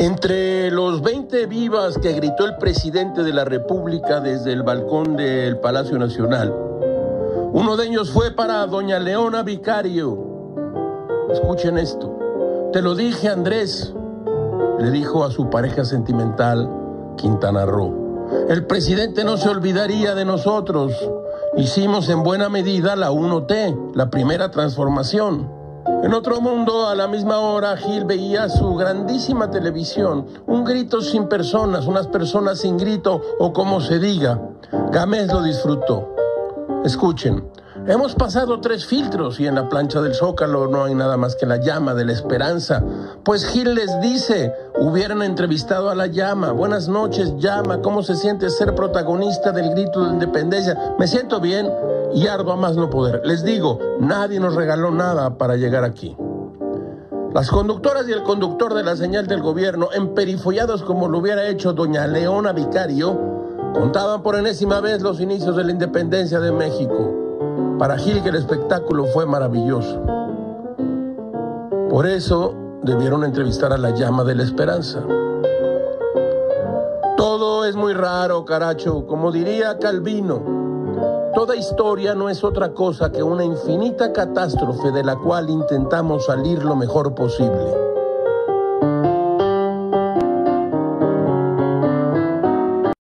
Entre los 20 vivas que gritó el presidente de la República desde el balcón del Palacio Nacional, uno de ellos fue para doña Leona Vicario. Escuchen esto. Te lo dije, Andrés, le dijo a su pareja sentimental, Quintana Roo. El presidente no se olvidaría de nosotros. Hicimos en buena medida la 1T, la primera transformación. En otro mundo, a la misma hora, Gil veía su grandísima televisión. Un grito sin personas, unas personas sin grito, o como se diga. Gámez lo disfrutó. Escuchen. Hemos pasado 3 filtros y en la plancha del Zócalo no hay nada más que la llama de la esperanza. Pues Gil les dice, hubieran entrevistado a la llama. Buenas noches, llama. ¿Cómo se siente ser protagonista del grito de independencia? Me siento bien y ardo a más no poder. Les digo, nadie nos regaló nada para llegar aquí. Las conductoras y el conductor de la señal del gobierno, emperifollados como lo hubiera hecho doña Leona Vicario, contaban por enésima vez los inicios de la independencia de México. Para Gil que el espectáculo fue maravilloso. Por eso debieron entrevistar a la llama de la esperanza. Todo es muy raro, caracho, como diría Calvino. Toda historia no es otra cosa que una infinita catástrofe de la cual intentamos salir lo mejor posible.